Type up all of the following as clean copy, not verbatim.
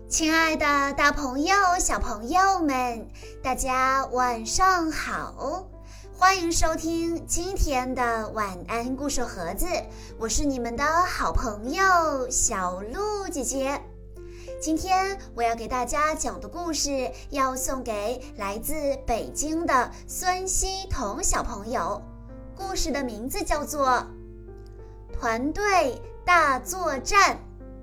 亲爱的大朋友小朋友们，大家晚上好，欢迎收听今天的晚安故事盒子，我是你们的好朋友小鹿姐姐。今天我要给大家讲的故事要送给来自北京的孙希彤小朋友，故事的名字叫做团队大作战。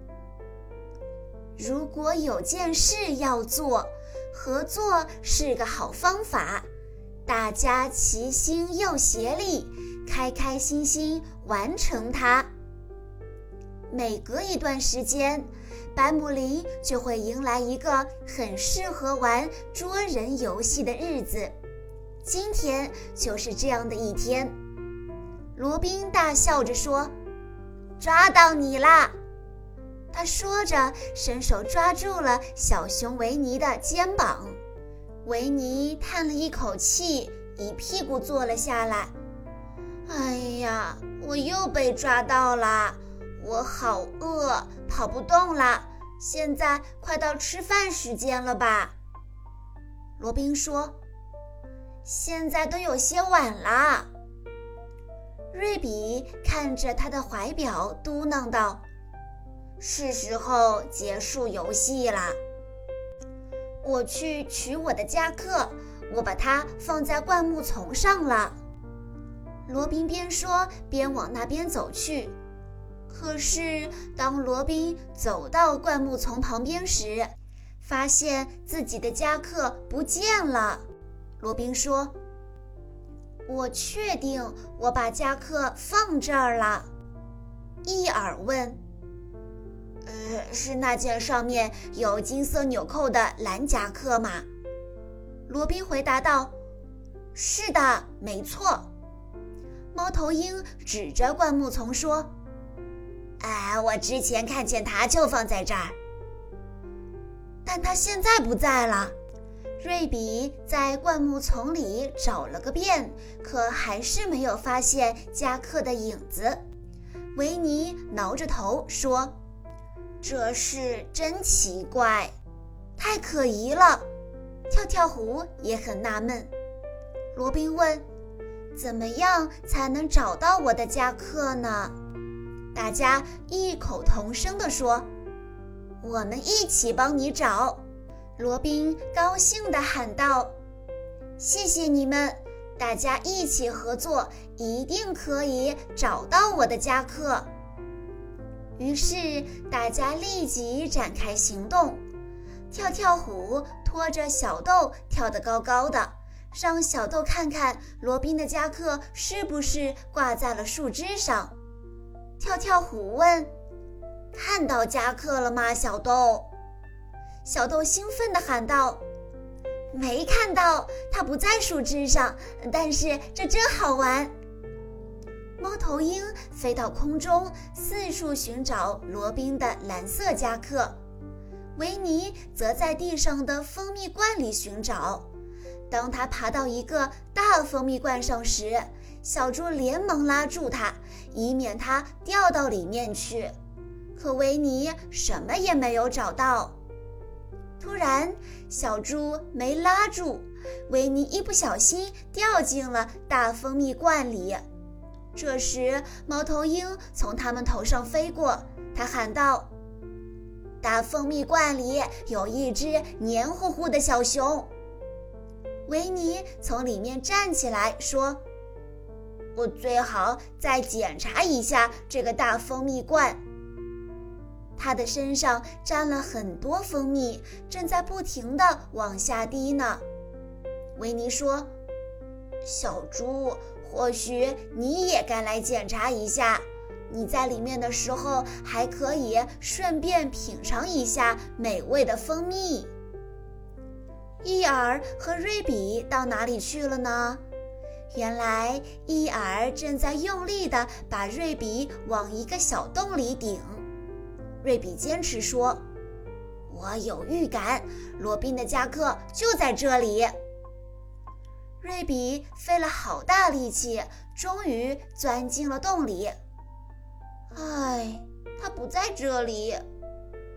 如果有件事要做，合作是个好方法，大家齐心又协力，开开心心完成它。每隔一段时间，白姆林就会迎来一个很适合玩捉人游戏的日子。今天就是这样的一天。罗宾大笑着说：“抓到你啦！”他说着，伸手抓住了小熊维尼的肩膀。维尼叹了一口气，一屁股坐了下来。哎呀，我又被抓到了，我好饿，跑不动了。现在快到吃饭时间了吧？罗宾说。现在都有些晚了。瑞比看着他的怀表嘟囔道：“是时候结束游戏啦。我去取我的夹克，我把它放在灌木丛上了。”罗宾边说边往那边走去。可是当罗宾走到灌木丛旁边时，发现自己的夹克不见了。罗宾说：“我确定我把夹克放这儿了。”伊尔问：“是那件上面有金色纽扣的蓝夹克吗？”罗宾回答道：“是的，没错。”猫头鹰指着灌木丛说：“我之前看见它就放在这儿。”但它现在不在了。瑞比在灌木丛里找了个遍，可还是没有发现夹克的影子。维尼挠着头说：“这事真奇怪，太可疑了。”跳跳虎也很纳闷。罗宾问：“怎么样才能找到我的夹克呢？”大家异口同声地说：“我们一起帮你找。”罗宾高兴地喊道：“谢谢你们，大家一起合作，一定可以找到我的夹克。”于是大家立即展开行动。跳跳虎拖着小豆跳得高高的，让小豆看看罗宾的夹克是不是挂在了树枝上。跳跳虎问：“看到夹克了吗，小豆？”小豆兴奋地喊道：“没看到，它不在树枝上，但是这真好玩。”猫头鹰飞到空中，四处寻找罗宾的蓝色夹克。维尼则在地上的蜂蜜罐里寻找。当他爬到一个大蜂蜜罐上时，小猪连忙拉住他，以免他掉到里面去。可维尼什么也没有找到。突然，小猪没拉住，维尼一不小心掉进了大蜂蜜罐里。这时，猫头鹰从他们头上飞过，他喊道：“大蜂蜜罐里有一只黏糊糊的小熊。”维尼从里面站起来说：“我最好再检查一下这个大蜂蜜罐。”他的身上沾了很多蜂蜜，正在不停地往下滴呢。维尼说：“小猪，或许你也该来检查一下，你在里面的时候还可以顺便品尝一下美味的蜂蜜。”伊尔和瑞比到哪里去了呢？原来伊尔正在用力地把瑞比往一个小洞里顶。瑞比坚持说：“我有预感，罗宾的夹克就在这里。”瑞比费了好大力气，终于钻进了洞里。他不在这里。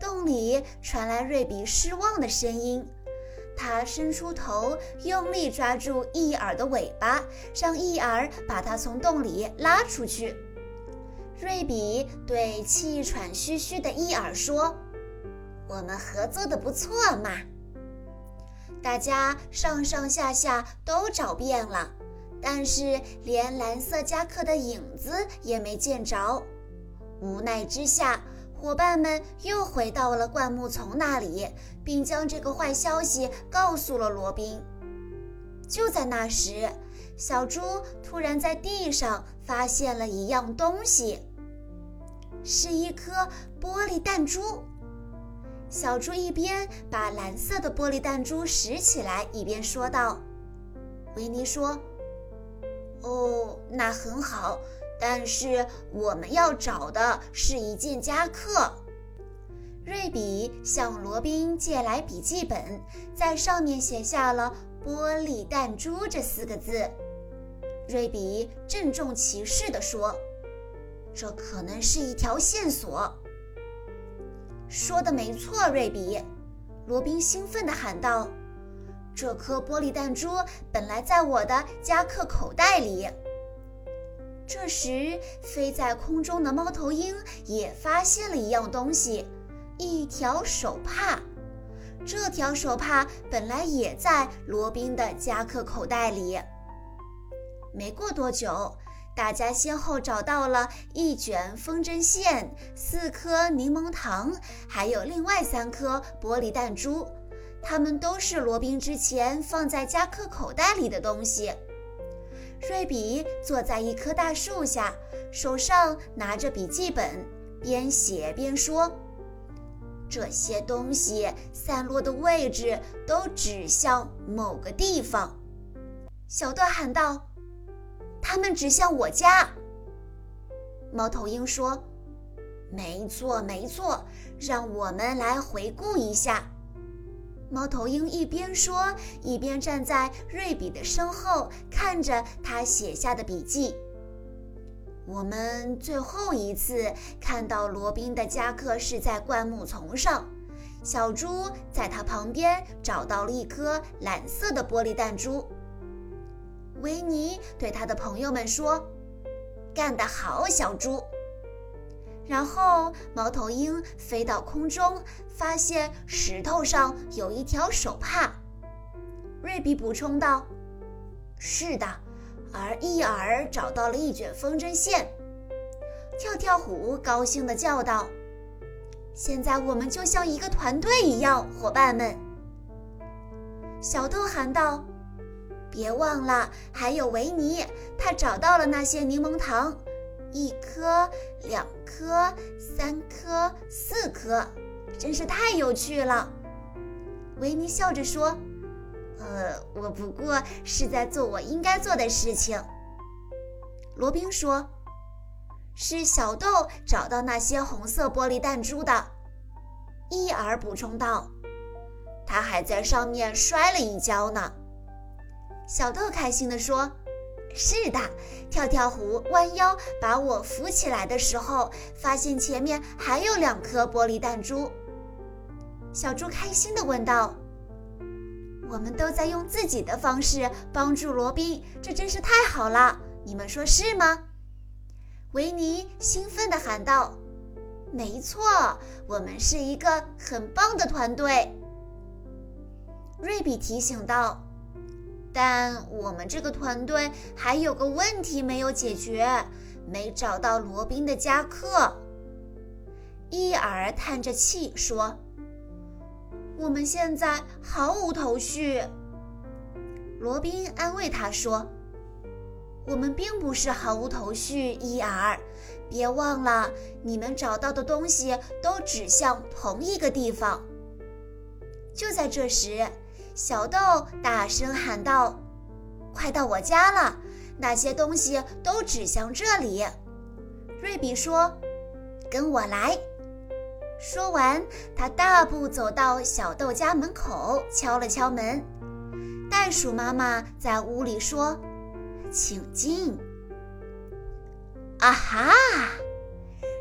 洞里传来瑞比失望的声音。他伸出头，用力抓住伊尔的尾巴，让伊尔把他从洞里拉出去。瑞比对气喘吁吁的伊尔说：“我们合作得不错嘛。”大家上上下下都找遍了，但是连蓝色夹克的影子也没见着。无奈之下，伙伴们又回到了灌木丛那里，并将这个坏消息告诉了罗宾。就在那时，小猪突然在地上发现了一样东西，是一颗玻璃弹珠。小猪一边把蓝色的玻璃弹珠拾起来，一边说道。维尼说：“哦，那很好，但是我们要找的是一件夹克。”瑞比向罗宾借来笔记本，在上面写下了“玻璃弹珠”这4个字。瑞比郑重其事地说：“这可能是一条线索。”说的没错，瑞比，罗宾兴奋地喊道：“这颗玻璃弹珠本来在我的夹克口袋里。”这时，飞在空中的猫头鹰也发现了一样东西，一条手帕。这条手帕本来也在罗宾的夹克口袋里。没过多久，大家先后找到了1卷风筝线、4颗柠檬糖，还有另外3颗玻璃弹珠，它们都是罗宾之前放在夹克口袋里的东西。瑞比坐在一棵大树下，手上拿着笔记本，边写边说：“这些东西散落的位置都指向某个地方。”小豆喊道：“他们指向我家。”猫头鹰说：“没错，没错，让我们来回顾一下。”猫头鹰一边说，一边站在瑞比的身后，看着他写下的笔记。我们最后一次看到罗宾的夹克是在灌木丛上，小猪在他旁边找到了一颗蓝色的玻璃弹珠。维尼对他的朋友们说：“干得好，小猪！”然后猫头鹰飞到空中，发现石头上有一条手帕。瑞比补充道：“是的。”而伊尔找到了1卷风筝线。跳跳虎高兴地叫道：“现在我们就像一个团队一样，伙伴们！”小豆喊道：“别忘了，还有维尼，他找到了那些柠檬糖，1颗、2颗、3颗、4颗，真是太有趣了。”维尼笑着说：“我不过是在做我应该做的事情。”罗宾说：“是小豆找到那些红色玻璃弹珠的。”伊尔补充道：“他还在上面摔了一跤呢。”小豆开心地说：“是的，跳跳虎弯腰把我扶起来的时候，发现前面还有2颗玻璃弹珠。”小猪开心地问道：“我们都在用自己的方式帮助罗宾，这真是太好了，你们说是吗？”维尼兴奋地喊道：“没错，我们是一个很棒的团队。”瑞比提醒道：“但我们这个团队还有个问题没有解决，没找到罗宾的夹克。”伊尔叹着气说：“我们现在毫无头绪。”罗宾安慰他说：“我们并不是毫无头绪，伊尔，别忘了，你们找到的东西都指向同一个地方。”就在这时，小豆大声喊道：“快到我家了，那些东西都指向这里。”瑞比说：“跟我来。”说完，他大步走到小豆家门口，敲了敲门。袋鼠妈妈在屋里说：“请进。”啊哈！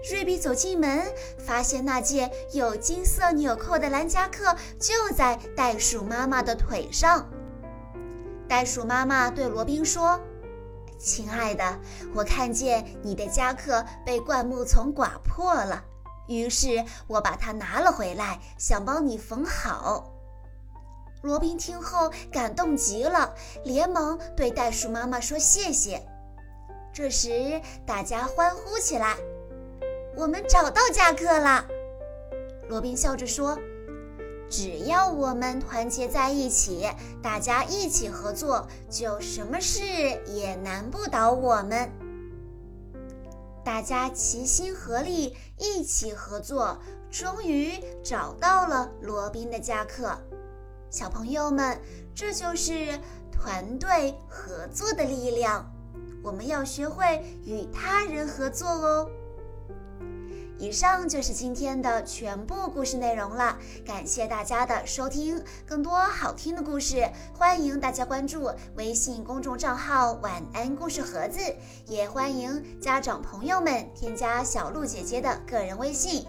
瑞比走进门，发现那件有金色纽扣的蓝夹克就在袋鼠妈妈的腿上。袋鼠妈妈对罗宾说：“亲爱的，我看见你的夹克被灌木丛刮破了，于是我把它拿了回来，想帮你缝好。”罗宾听后感动极了，连忙对袋鼠妈妈说谢谢。这时大家欢呼起来：“我们找到夹克了！”罗宾笑着说：“只要我们团结在一起，大家一起合作，就什么事也难不倒我们。”大家齐心合力，一起合作，终于找到了罗宾的夹克。小朋友们，这就是团队合作的力量。我们要学会与他人合作哦。以上就是今天的全部故事内容了，感谢大家的收听。更多好听的故事，欢迎大家关注微信公众账号“晚安故事盒子”，也欢迎家长朋友们添加小鹿姐姐的个人微信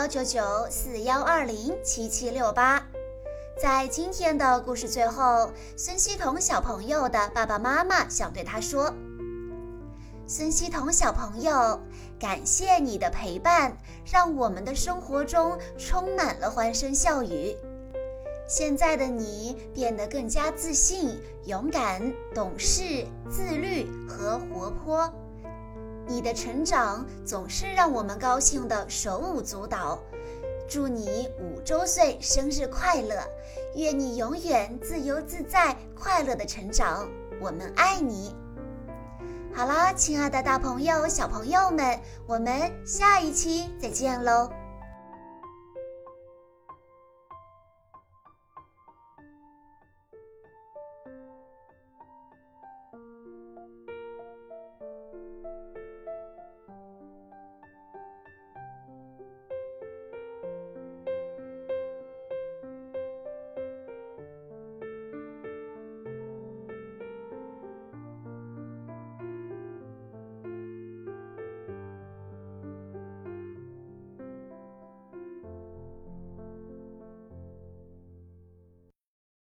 19941207768。在今天的故事最后，孙希彤小朋友的爸爸妈妈想对他说：“孙希彤小朋友，感谢你的陪伴，让我们的生活中充满了欢声笑语。现在的你变得更加自信、勇敢、懂事、自律和活泼。你的成长总是让我们高兴得手舞足蹈。祝你5周岁生日快乐！愿你永远自由自在、快乐的成长。我们爱你。”好啦，亲爱的大朋友、小朋友们，我们下一期再见喽。